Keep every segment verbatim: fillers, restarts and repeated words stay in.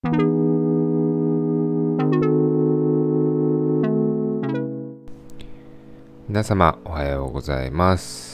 皆様おはようございます。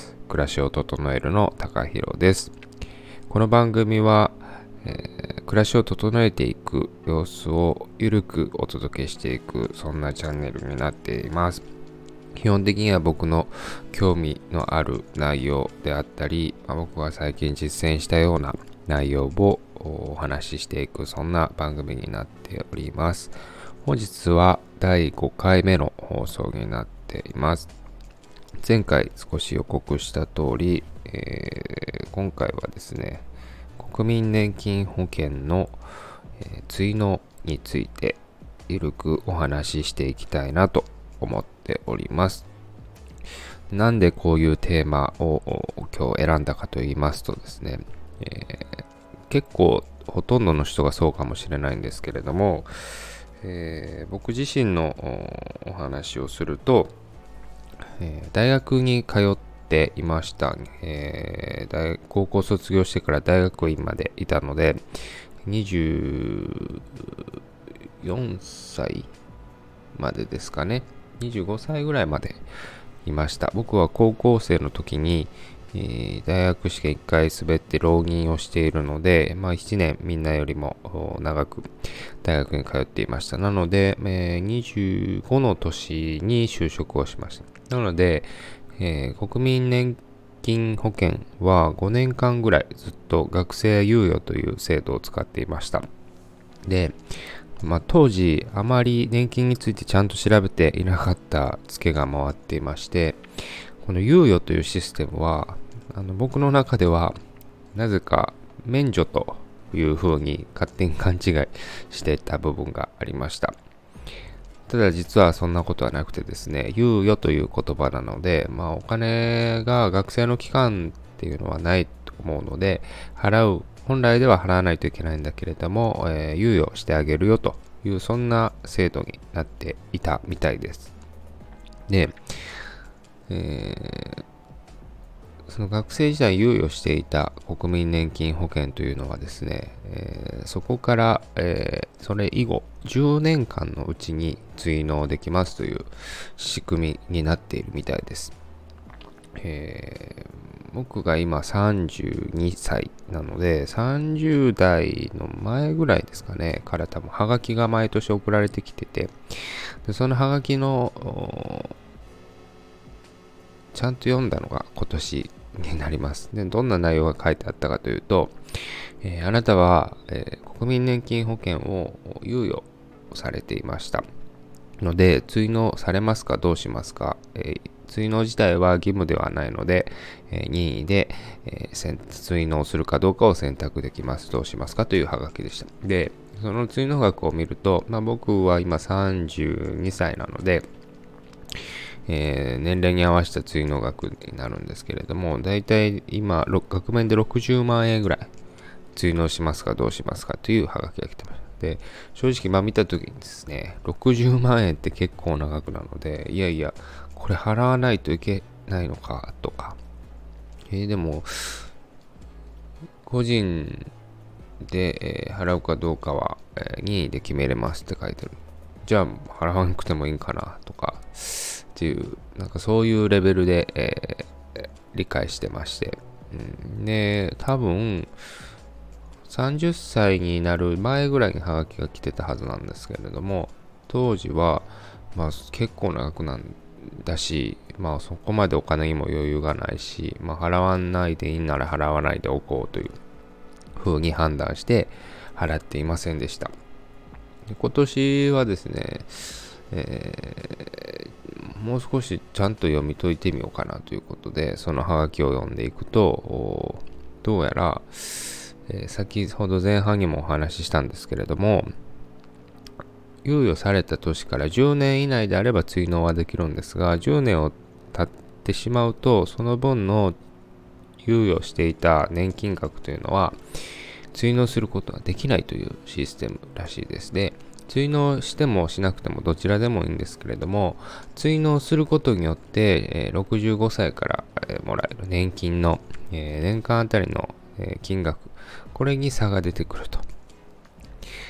暮らしを整えるの高弘です。この番組は、えー、暮らしを整えていく様子をゆるくお届けしていく、そんなチャンネルになっています。基本的には僕の興味のある内容であったり、まあ、僕が最近実践したような内容をお話ししていく、そんな番組になっております。本日はだいごかいめの放送になっています。前回少し予告した通り、えー、今回はですね、国民年金保険の、えー、追納についてゆるくお話ししていきたいなと思っております。なんでこういうテーマを今日選んだかと言いますとですね、えー、結構ほとんどの人がそうかもしれないんですけれども、えー、僕自身のお話をすると、えー、大学に通っていました、えー大。高校卒業してから大学院までいたので、にじゅうよんさいまでですかね。にじゅうごさいぐらいまでいました。僕は高校生の時に、えー、大学試験いっかい滑って浪人をしているので、まあいちねんみんなよりも長く大学に通っていました。なので、えー、にじゅうごの年に就職をしました。なので、えー、国民年金保険はごねんかんぐらいずっと学生猶予という制度を使っていました。で、まあ、当時あまり年金についてちゃんと調べていなかったツケが回っていまして、この猶予というシステムはあの僕の中ではなぜか免除というふうに勝手に勘違いしていた部分がありました。ただ実はそんなことはなくてですね、猶予という言葉なので、まあお金が学生の期間っていうのはないと思うので、払う、本来では払わないといけないんだけれども、えー、猶予してあげるよという、そんな制度になっていたみたいです。で、えーその学生時代猶予していた国民年金保険というのはですね、えー、そこから、えー、それ以後じゅうねんかんのうちに追納できますという仕組みになっているみたいです。えー、僕が今さんじゅうにさいなので、さんじゅう代の前ぐらいですかね、から多分ハガキが毎年送られてきてて、でそのハガキのちゃんと読んだのが今年になります。で、どんな内容が書いてあったかというと、えー、あなたは、えー、国民年金保険を猶予されていましたので、追納されますかどうしますか、えー、追納自体は義務ではないので、えー、任意で、えー、追納するかどうかを選択できます。どうしますかというハガキでした。で、その追納額を見ると、まあ、僕は今さんじゅうにさいなので、えー、年齢に合わせた追納額になるんですけれども、だいたい今、額面でろくじゅうまんえんぐらい追納しますかどうしますかというハガキが来てました。で、正直まあ見たときにですね、ろくじゅうまんえんって結構な額なので、いやいや、これ払わないといけないのかとか、えー、でも、個人で、えー、払うかどうかは、えー、任意で決めれますって書いてる。じゃあ、払わなくてもいいんかなとか、っていう、なんかそういうレベルで、えー、理解してまして。うん、で、多分、さんじゅっさいになる前ぐらいにハガキが来てたはずなんですけれども、当時は、まあ結構長くなんだし、まあそこまでお金にも余裕がないし、まあ払わないでいいなら払わないでおこうという風に判断して払っていませんでした。で今年はですね、えー、もう少しちゃんと読み解いてみようかなということで、そのハガキを読んでいくと、どうやら、えー、先ほど前半にもお話ししたんですけれども、猶予された年からじゅうねん以内であれば追納はできるんですが、じゅうねんを経ってしまうと、その分の猶予していた年金額というのは追納することができないというシステムらしいです。で、追納してもしなくてもどちらでもいいんですけれども、追納することによって、えー、ろくじゅうごさいから、えー、もらえる年金の、えー、年間あたりの、えー、金額、これに差が出てくると。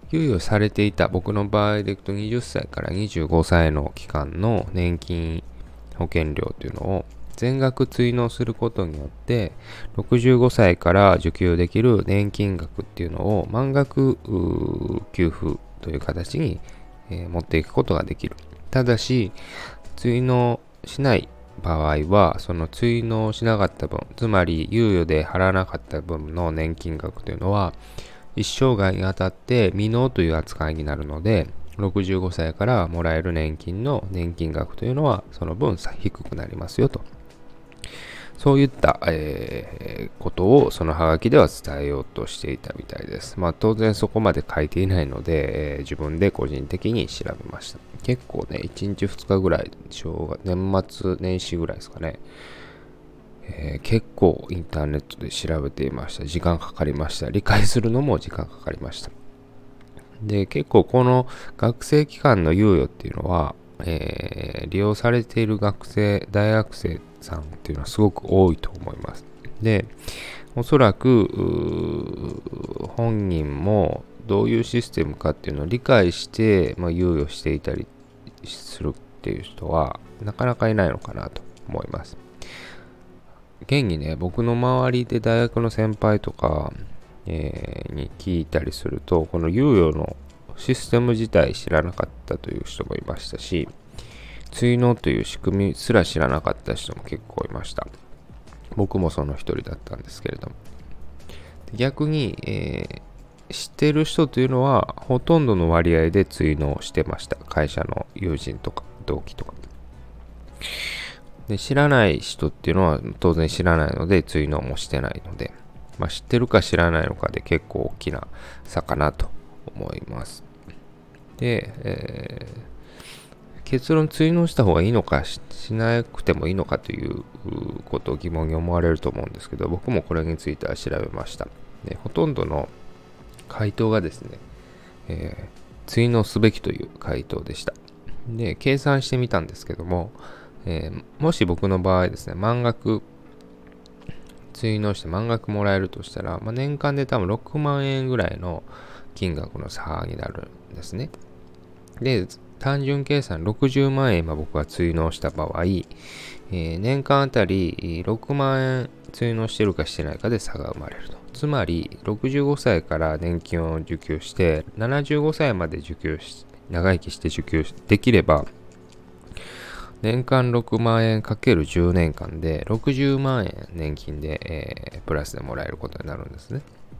猶予されていた、僕の場合でいくとにじゅっさいからにじゅうごさいの期間の年金保険料というのを全額追納することによって、ろくじゅうごさいから受給できる年金額っていうのを満額給付という形に、えー、持っていくことができる。ただし、追納しない場合は、その追納しなかった分、つまり猶予で払わなかった分の年金額というのは、一生涯にあたって未納という扱いになるので、ろくじゅうごさいからもらえる年金の年金額というのは、その分低くなりますよと。そういった、えー、ことをそのハガキでは伝えようとしていたみたいです。まあ当然そこまで書いていないので、えー、自分で個人的に調べました。結構ね、いちにちふつかぐらい、年末年始ぐらいですかね。えー、結構インターネットで調べていました。時間かかりました。理解するのも時間かかりました。で、結構この学生期間の猶予っていうのは、えー、利用されている学生、大学生さんっていうのはすごく多いと思います。で、おそらく本人もどういうシステムかっていうのを理解して、まあ、猶予していたりするっていう人はなかなかいないのかなと思います。現にね、僕の周りで大学の先輩とか、えー、に聞いたりすると、この猶予のシステム自体知らなかったという人もいましたし、追納という仕組みすら知らなかった人も結構いました。僕もその一人だったんですけれども。逆に、えー、知っている人というのは、ほとんどの割合で追納してました。会社の友人とか同期とか。で、知らない人っていうのは当然知らないので、追納もしてないので、まあ、知ってるか知らないのかで結構大きな差かなと思います。で、えー、結論追納した方がいいのか し, しなくてもいいのかということを疑問に思われると思うんですけど、僕もこれについては調べました。で、ほとんどの回答がですね、えー、追納すべきという回答でした。で、計算してみたんですけども、えー、もし僕の場合ですね、満額追納して満額もらえるとしたら、まあ、年間で多分ろくまんえんぐらいの金額の差になるんですね。で、単純計算ろくじゅうまんえん今僕が追納した場合、えー、年間あたりろくまんえん追納してるかしてないかで差が生まれると。つまり、ろくじゅうごさいから年金を受給して、ななじゅうごさいまで受給し、長生きして受給できれば、年間ろくまんえんかけるじゅうねんかんでろくじゅうまんえん年金で、えー、プラスでもらえることになるんですね。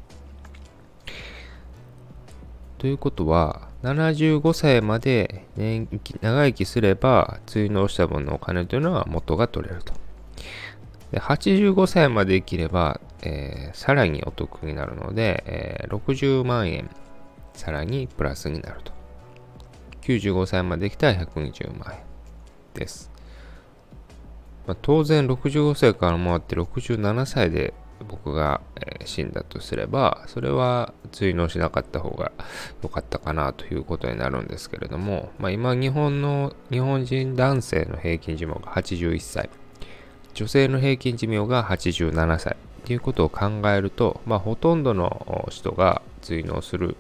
ということは、ななじゅうごさいまで年金長生きすれば、追納した分のお金というのは元が取れると。ではちじゅうごさいまで生きれば、えー、さらにお得になるので、えー、ろくじゅうまんえんさらにプラスになると。きゅうじゅうごさいまで生きたらひゃくにじゅうまんえん。です。まあ、当然ろくじゅうごさいから回ってろくじゅうななさいで僕が、えー、死んだとすれば、それは追納しなかった方が良かったかなということになるんですけれども、まあ、今日本の日本人男性の平均寿命がはちじゅういっさい、女性の平均寿命がはちじゅうななさいということを考えると、まあ、ほとんどの人が追納する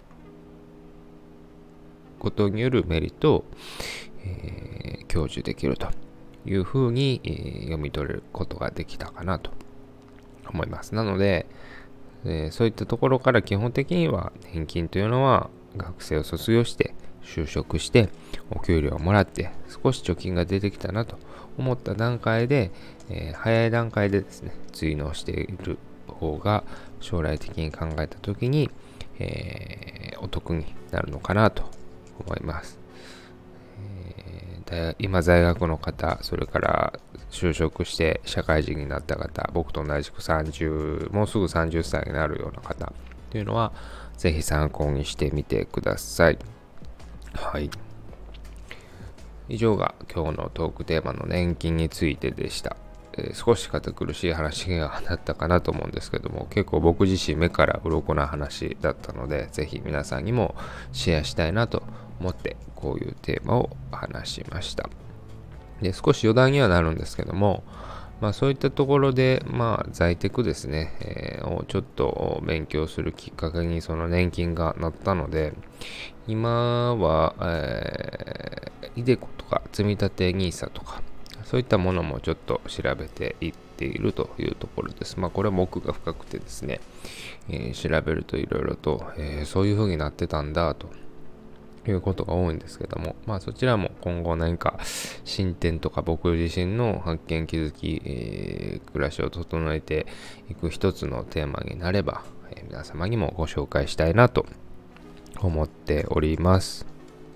ことによるメリットを、えー、享受できるというふうに、えー、読み取れることができたかなと思います。なので、えー、そういったところから基本的には年金というのは学生を卒業して就職してお給料をもらって少し貯金が出てきたなと思った段階で、えー、早い段階でですね追納している方が将来的に考えたときに、えー、お得になるのかなと思います。えー、今在学の方、それから就職して社会人になった方、僕と同じくさんじゅう、もうすぐさんじゅっさいになるような方というのは、ぜひ参考にしてみてください。はい。以上が今日のトークテーマの年金についてでした。えー、少し堅苦しい話がなったかなと思うんですけども、結構僕自身目から鱗な話だったので、ぜひ皆さんにもシェアしたいなと思ってこういうテーマを話しました。で、少し余談にはなるんですけども、 まあそういったところで、まあ在宅ですね、えーをちょっと勉強するきっかけにその年金がなったので、今は、えー、イデコとか積み立て ニーサ とか、そういったものもちょっと調べていっているというところです。まあこれは奥が深くてですね、えー調べるといろいろと、えーそういう風になってたんだということが多いんですけども、まあそちらも今後何か進展とか僕自身の発見気づき、えー暮らしを整えていく一つのテーマになれば、えー皆様にもご紹介したいなと思っております。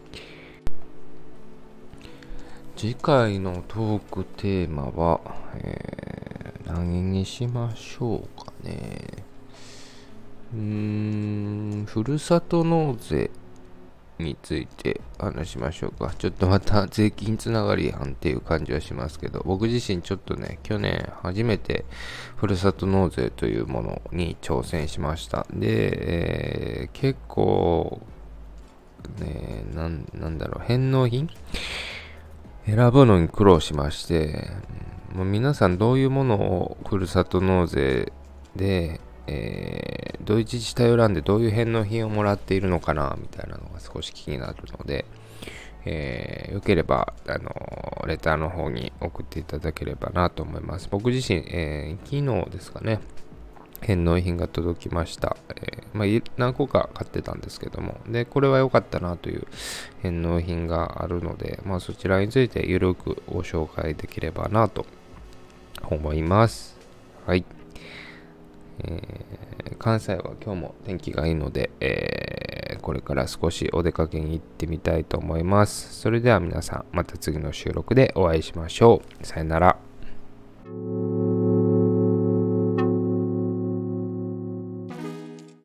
次回のトークテーマは、えー何にしましょうかね。うーん、ふるさと納税について話しましょうか。ちょっとまた税金つながりやんっていう感じはしますけど、僕自身ちょっとね、去年初めてふるさと納税というものに挑戦しました。で、えー結構、ね、なん、なんだろう、返納品選ぶのに苦労しまして、うんもう皆さんどういうものをふるさと納税で、えーどういう自治体を選んでどういう返納品をもらっているのかなみたいなのが少し気になるので、えーよければ、あのレターの方に送っていただければなと思います。僕自身、えー昨日ですかね、返納品が届きました。えーまあ、い何個か買ってたんですけども、で、これは良かったなという返納品があるので、まあ、そちらについてゆるくご紹介できればなと思います。はい。えー関西は今日も天気がいいので、えーこれから少しお出かけに行ってみたいと思います。それでは皆さん、また次の収録でお会いしましょう。さよなら。